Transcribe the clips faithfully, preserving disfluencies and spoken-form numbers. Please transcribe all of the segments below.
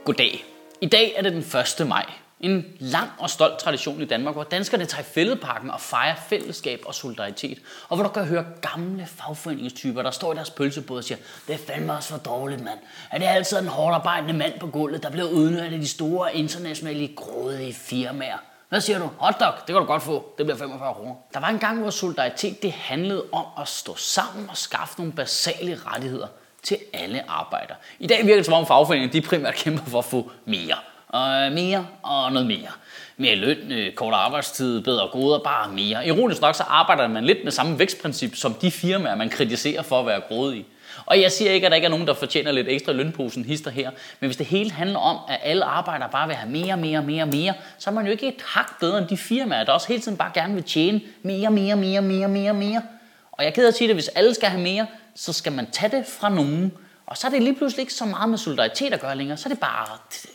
Goddag. I dag er det den første maj. En lang og stolt tradition i Danmark, hvor danskerne tager i Fælledparken og fejrer fællesskab og solidaritet. Og hvor du kan høre gamle fagforeningstyper, der står i deres pølsebåd og siger, det er fandme også for dårligt, mand. Er det altid en hårdt arbejdende mand på gulvet, der bliver udnyttet af de store internationale grådige firmaer? Hvad siger du? Hotdog, det kan du godt få. Det bliver femogfyrre kroner. Der var en gang, hvor solidaritet det handlede om at stå sammen og skaffe nogle basale rettigheder til alle arbejdere. I dag virker det som om fagforeningerne de primært kæmper for at få mere. Og mere og noget mere. Mere løn, kortere arbejdstid, bedre goder, bare mere. Ironisk nok så arbejder man lidt med samme vækstprincip som de firmaer, man kritiserer for at være grådige. Og jeg siger ikke, at der ikke er nogen, der fortjener lidt ekstra lønposen hister her. Men hvis det hele handler om, at alle arbejdere bare vil have mere, mere, mere, mere, så er man jo ikke et hak bedre end de firmaer, der også hele tiden bare gerne vil tjene mere, mere, mere, mere, mere, mere. Og jeg er ked af at sige det, hvis alle skal have mere, så skal man tage det fra nogen. Og så er det lige pludselig ikke så meget med solidaritet at gøre længere. Så er det bare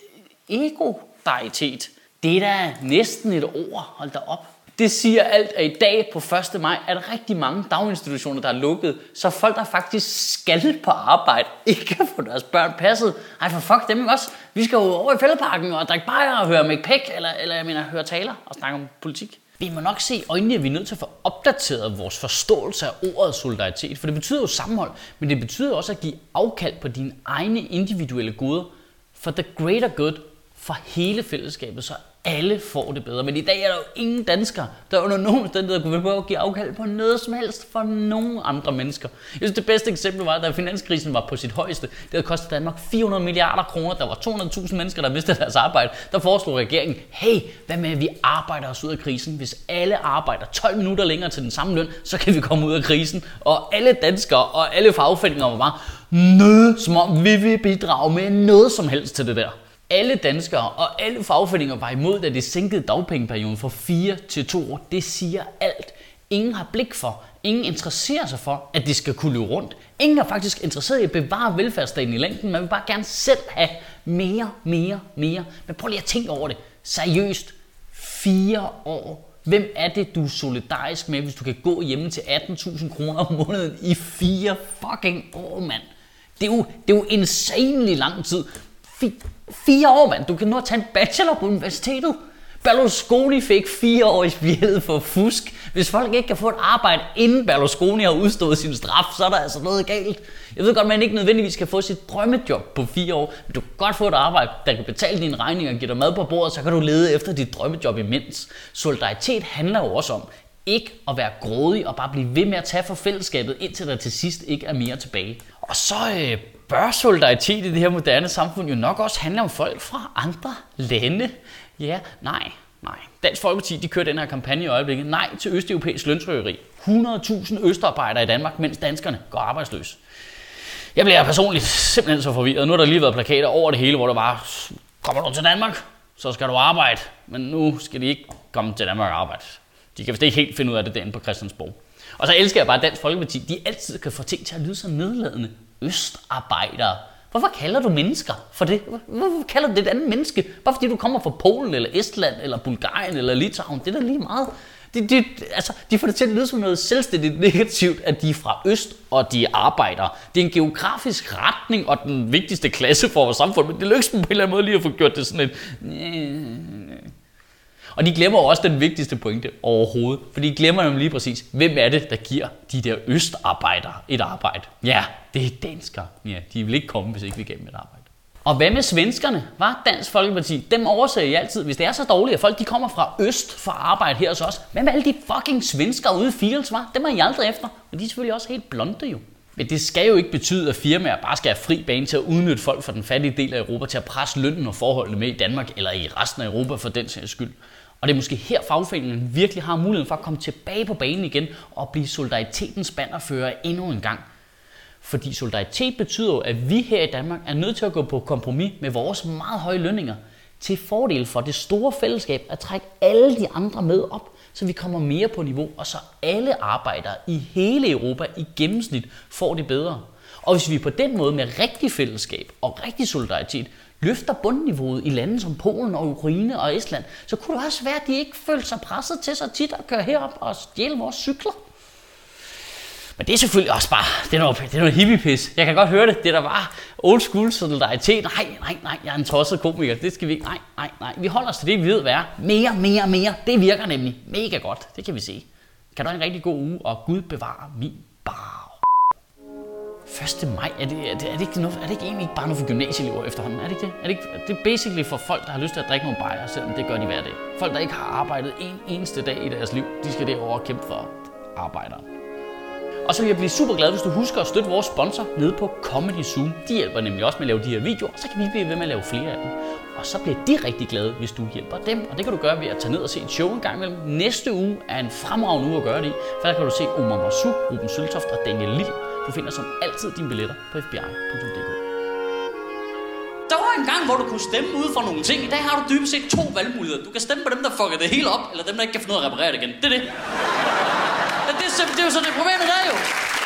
ego-daritet. Det er da næsten et ord, hold da op. Det siger alt, at i dag på første maj er der rigtig mange daginstitutioner, der er lukket, så folk, der faktisk skal på arbejde, ikke kan få deres børn passet. Ej, for fuck dem også. Vi skal jo over i Fælledparken og drikke bajer og høre McPack, eller, eller jeg mener, høre taler og snakke om politik. Vi må nok se i øjnene, at vi er nødt til at få opdateret vores forståelse af ordet solidaritet, for det betyder jo sammenhold, men det betyder også at give afkald på dine egne individuelle goder for the greater good, for hele fællesskabet, så alle får det bedre. Men i dag er der jo ingen danskere, der under nogen omstændigheder kunne prøve at give afkald på noget som helst for nogen andre mennesker. Jeg synes, det bedste eksempel var, da finanskrisen var på sit højeste. Det havde kostet Danmark fire hundrede milliarder kroner. Der var to hundrede tusind mennesker, der mistede deres arbejde. Der foreslog regeringen, hey, hvad med at vi arbejder os ud af krisen? Hvis alle arbejder tolv minutter længere til den samme løn, så kan vi komme ud af krisen. Og alle danskere og alle fagforeninger var bare nødt, som om vi vil bidrage med noget som helst til det der. Alle danskere og alle fagforeninger var imod, at det sænkede dagpengeperioden fra fire til to år. Det siger alt. Ingen har blik for, ingen interesserer sig for, at det skal kunne løbe rundt. Ingen er faktisk interesseret i at bevare velfærdsstaten i længden. Man vil bare gerne selv have mere, mere, mere. Men prøv lige at tænke over det. Seriøst. Fire år. Hvem er det, du er solidarisk med, hvis du kan gå hjemme til atten tusind kroner om måneden i fire fucking år, mand? Det er jo, det er jo insanely lang tid. Fire år, mand. Du kan nu tage en bachelor på universitetet. Berlusconi fik fire år i spjældet for fusk. Hvis folk ikke kan få et arbejde, inden Berlusconi har udstået sin straf, så er der altså noget galt. Jeg ved godt, at man ikke nødvendigvis kan få sit drømmejob på fire år, men du kan godt få et arbejde, der kan betale dine regninger og give dig mad på bordet, så kan du lede efter dit drømmejob imens. Solidaritet handler jo også om ikke at være grådig og bare blive ved med at tage for fællesskabet, indtil der til sidst ikke er mere tilbage. Og så øh, bør solidaritet i det her moderne samfund jo nok også handle om folk fra andre lande. Ja, nej, nej. Dansk Folkeparti, de kører den her kampagne i øjeblikket. Nej til østeuropæisk løntrykkeri. hundrede tusind østarbejdere i Danmark, mens danskerne går arbejdsløse. Jeg bliver personligt simpelthen så forvirret. Nu har der lige været plakater over det hele, hvor der var, kommer du til Danmark, så skal du arbejde. Men nu skal de ikke komme til Danmark og arbejde. De kan vist ikke helt finde ud af det derinde på Christiansborg. Og så elsker jeg bare Dansk Folkeparti. De altid kan få ting til at lyde så nedladende. Østarbejdere. Hvorfor kalder du mennesker for det? Hvorfor kalder du det et andet menneske? Bare fordi du kommer fra Polen, eller Estland, eller Bulgarien, eller Litauen. Det er da lige meget. De, de, altså, de får det til at lyde som noget selvstændigt negativt, at de er fra øst, og de er arbejdere. Det er en geografisk retning, og den vigtigste klasse for vores samfund. Men det lykkes dem på en eller anden måde lige at få gjort det sådan et... Og de glemmer også den vigtigste pointe overhovedet, for de glemmer jo lige præcis, hvem er det, der giver de der østarbejdere et arbejde? Ja, det er danskere. Ja, de vil ikke komme, hvis ikke vi gav dem et arbejde. Og hvad med svenskerne? Var Dansk Folkeparti? Dem overser jeg altid. Hvis det er så dårligt, at folk de kommer fra øst for at arbejde her hos os, hvad med alle de fucking svenskere ude i Fields, var? Dem er I aldrig efter. Men de er selvfølgelig også helt blonde jo. Men det skal jo ikke betyde, at firmaer bare skal have fri bane til at udnytte folk fra den fattige del af Europa til at presse lønnen og forholdene med i Danmark eller i resten af Europa for den sags skyld. Og det er måske her fagforeningen virkelig har muligheden for at komme tilbage på banen igen og blive solidaritetens bannerfører endnu en gang. Fordi solidaritet betyder jo, at vi her i Danmark er nødt til at gå på kompromis med vores meget høje lønninger til fordel for det store fællesskab at trække alle de andre med op, så vi kommer mere på niveau, og så alle arbejdere i hele Europa i gennemsnit får det bedre. Og hvis vi på den måde med rigtig fællesskab og rigtig solidaritet løfter bundniveauet i lande som Polen og Ukraine og Estland, så kunne det også være, at de ikke følte sig presset til så tit at køre herop og stjæle vores cykler. Men det er selvfølgelig også bare, det er noget, det er noget hippiepis. Jeg kan godt høre det. Det der var old school solidaritet. Nej, nej, nej, jeg er en tosset komiker. Det skal vi ikke. Nej, nej, nej. Vi holder os til det, vi ved, hvad er. Mere, mere, mere. Det virker nemlig mega godt. Det kan vi se. Kan du have en rigtig god uge, og Gud bevare min bar. første maj, er det, er, det, er, det ikke noget, er det ikke egentlig ikke bare noget for gymnasieelever efterhånden? Er det ikke det? Er det, ikke, det er basically for folk, der har lyst til at drikke nogle bajer, selvom det gør de hver dag. Folk, der ikke har arbejdet en eneste dag i deres liv, de skal derover og kæmpe for arbejdere. Og så vil jeg blive super glad, hvis du husker at støtte vores sponsor nede på Comedy Zoom. De hjælper nemlig også med at lave de her videoer, så kan vi blive ved med at lave flere af dem. Og så bliver de rigtig glade, hvis du hjælper dem. Og det kan du gøre ved at tage ned og se et show en gang imellem. Næste uge er en fremragende uge at gøre det i, for der kan du se Omar Marzouk, Ruben Søltoft og Daniel Lille. Du finder som altid dine billetter på f b i punktum d k. Der var en gang, hvor du kunne stemme ud for nogle ting. I dag har du dybest set to valgmuligheder. Du kan stemme på dem, der fucker det hele op, eller dem, der ikke kan finde ud af at reparere det igen. Det er det. Det er, det er jo så det problemet, der er jo.